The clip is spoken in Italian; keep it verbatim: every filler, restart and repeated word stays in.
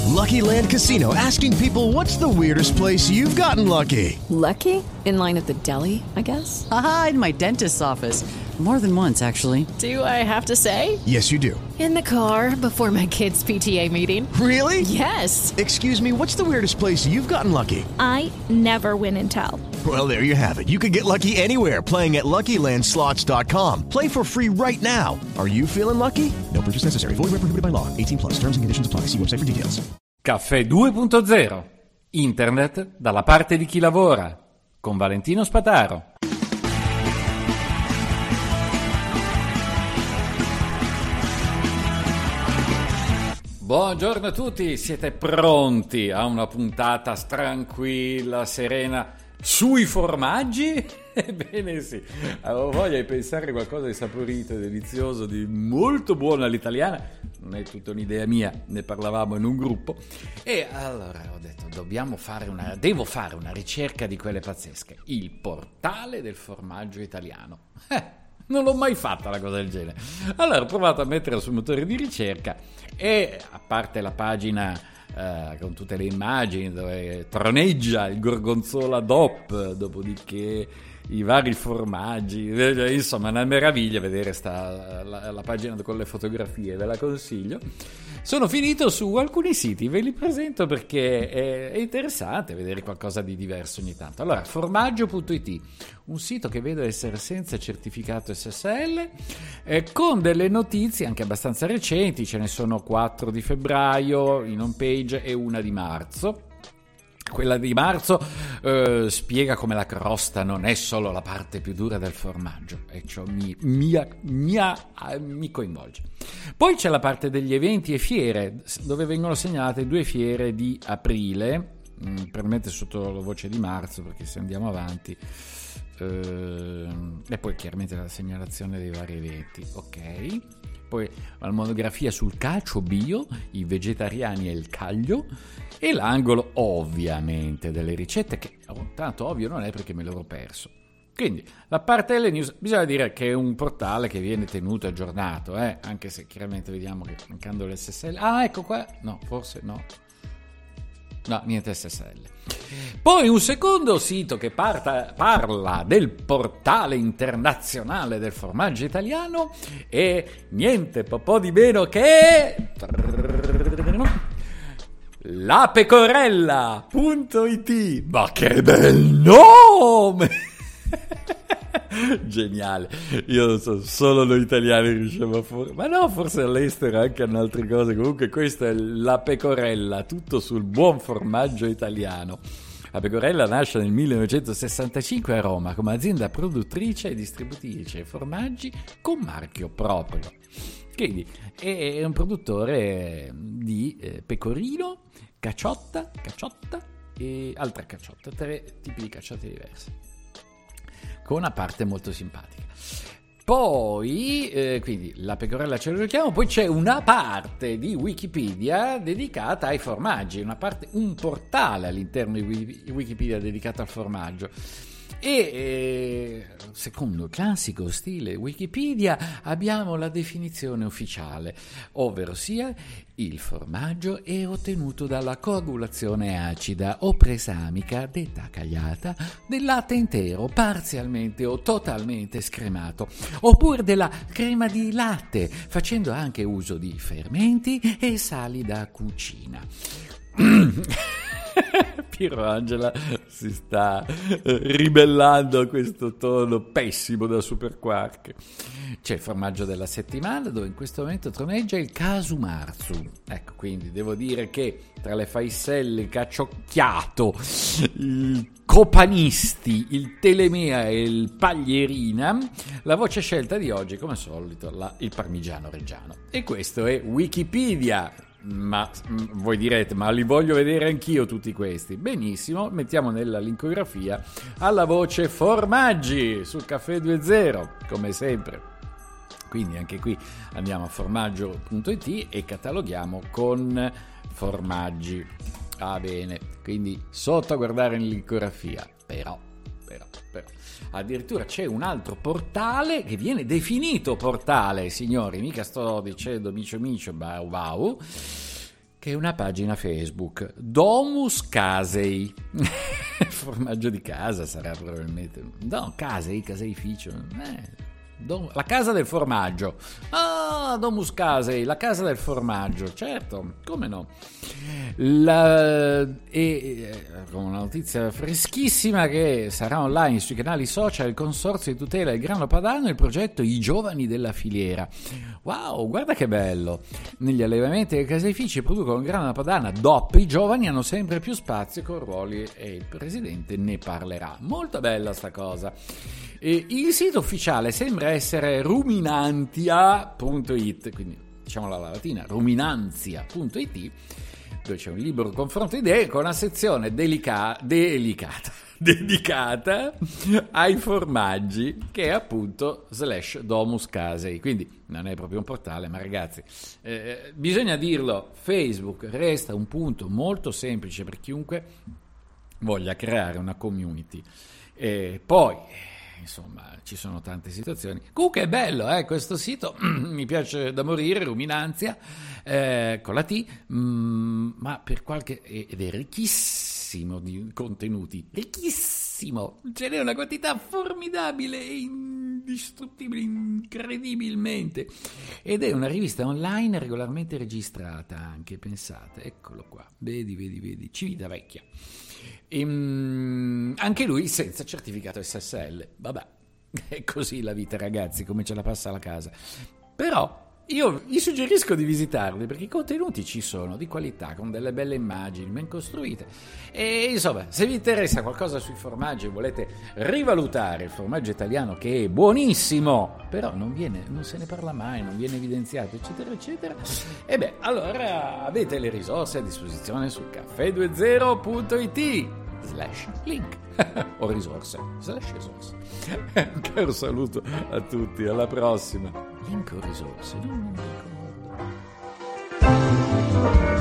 Lucky Land Casino, asking people, what's the weirdest place you've gotten lucky? Lucky? In line at the deli, I guess? Aha, in my dentist's office. More than once, actually. Do I have to say? Yes, you do. In the car before my kids' P T A meeting. Really? Yes. Excuse me, what's the weirdest place you've gotten lucky? I never win and tell. Well, there you have it. You can get lucky anywhere, playing at Lucky Land Slots dot com. Play for free right now. Are you feeling lucky? No purchase necessary. Void where prohibited by law. eighteen plus. Terms and conditions apply. See website for details. Caffè due punto zero. Internet dalla parte di chi lavora. Con Valentino Spataro. Buongiorno a tutti, siete pronti a una puntata tranquilla, serena sui formaggi? Ebbene sì, avevo voglia di pensare a qualcosa di saporito, delizioso, di molto buono all'italiana. Non è tutta un'idea mia, ne parlavamo in un gruppo e allora ho detto dobbiamo fare una, devo fare una ricerca di quelle pazzesche, il portale del formaggio italiano. Eh, non l'ho mai fatta una cosa del genere. Allora ho provato a mettere sul motore di ricerca e a parte la pagina eh, con tutte le immagini dove troneggia il gorgonzola D O P, dopodiché i vari formaggi, insomma una meraviglia vedere sta, la, la pagina con le fotografie, ve la consiglio. Sono finito su alcuni siti, ve li presento perché è, è interessante vedere qualcosa di diverso ogni tanto. Allora, formaggio punto it, un sito che vedo essere senza certificato S S L, eh, con delle notizie anche abbastanza recenti, ce ne sono quattro di febbraio in home page e una di marzo. Quella di marzo eh, spiega come la crosta non è solo la parte più dura del formaggio e ciò mi, mi, mi, mi coinvolge. Poi c'è la parte degli eventi e fiere, dove vengono segnalate due fiere di aprile, mh, probabilmente sotto la voce di marzo, perché se andiamo avanti, eh, e poi chiaramente la segnalazione dei vari eventi, ok? Poi la monografia sul calcio bio, i vegetariani e il caglio, e l'angolo ovviamente delle ricette, che oh, tanto ovvio non è perché me l'ero perso. Quindi la parte delle news, bisogna dire che è un portale che viene tenuto aggiornato, eh? Anche se chiaramente vediamo che mancando l'S S L, ah ecco qua, no forse no, no niente S S L. Poi un secondo sito che parta, parla del portale internazionale del formaggio italiano è niente po' di meno che la pecorella punto it. Ma che bel nome! Geniale, io non so, solo noi italiani riusciamo a fare, ma no, forse all'estero anche hanno altre cose. Comunque questa è la pecorella, tutto sul buon formaggio italiano. La Pecorella nasce nel millenovecentosessantacinque a Roma come azienda produttrice e distributrice formaggi con marchio proprio. Quindi è un produttore di eh, pecorino, cacciotta, cacciotta e altra cacciotta, tre tipi di cacciotte diverse, con una parte molto simpatica. Poi, eh, quindi la pecorella ce lo giochiamo, poi c'è una parte di Wikipedia dedicata ai formaggi, una parte, un portale all'interno di Wikipedia dedicato al formaggio. E eh, secondo il classico stile Wikipedia abbiamo la definizione ufficiale, ovvero sia il formaggio è ottenuto dalla coagulazione acida o presamica, detta cagliata, del latte intero parzialmente o totalmente scremato, oppure della crema di latte, facendo anche uso di fermenti e sali da cucina. Piero Angela si sta ribellando a questo tono pessimo da Super Quark. C'è il formaggio della settimana, dove in questo momento troneggia il Casumarzu. Ecco, quindi devo dire che tra le faisselle, il cacciocchiato, il Copanisti, il Telemea e il Paglierina, la voce scelta di oggi, come al solito, la, il Parmigiano Reggiano. E questo è Wikipedia. Ma voi direte, ma li voglio vedere anch'io tutti questi. Benissimo, mettiamo nella linkografia alla voce formaggi sul Caffè due zero, come sempre. Quindi anche qui andiamo a formaggio punto it e cataloghiamo con formaggi. Ah bene, quindi sotto a guardare in linkografia. Però, però, però addirittura c'è un altro portale che viene definito portale, signori, mica sto dicendo micio micio bau bau, che che è una pagina Facebook, Domus Casei. Formaggio di casa sarà probabilmente. No, Casei, caseificio. Eh. La casa del formaggio. Ah, Domus Casei, la casa del formaggio, certo, come no. La, e, e con una notizia freschissima che sarà online sui canali social, il consorzio di tutela del grano padano e il progetto I Giovani della Filiera. Wow, guarda che bello. Negli allevamenti e caseifici producono grana padana D O P, i giovani hanno sempre più spazio con ruoli e il presidente ne parlerà. Molto bella sta cosa. E il sito ufficiale sembra essere ruminantia punto it, quindi diciamo la latina, ruminanzia punto it, dove c'è un libero confronto di idee con una sezione delica- delicata, dedicata ai formaggi, che è appunto slash Domus Casei. Quindi non è proprio un portale, ma ragazzi, eh, bisogna dirlo, Facebook resta un punto molto semplice per chiunque voglia creare una community. E poi insomma, ci sono tante situazioni. Comunque è bello, eh, questo sito, mi piace da morire, Ruminanzia, eh, con la T, mm, ma per qualche... ed è ricchissimo di contenuti, ricchissimo, ce n'è una quantità formidabile e indistruttibile, incredibilmente. Ed è una rivista online regolarmente registrata anche, pensate, eccolo qua, vedi, vedi, vedi, Civitavecchia. E, um, anche lui senza certificato S S L. Vabbè, è così la vita, ragazzi, come ce la passa la casa. Però io vi suggerisco di visitarli, perché i contenuti ci sono, di qualità, con delle belle immagini ben costruite. E insomma, se vi interessa qualcosa sui formaggi e volete rivalutare il formaggio italiano, che è buonissimo, però non viene, non se ne parla mai, non viene evidenziato, eccetera eccetera, e beh, allora avete le risorse a disposizione su caffè venti punto it slash link o risorse slash risorse. Un caro saluto a tutti, alla prossima. Link o risorse, non mi ricordo.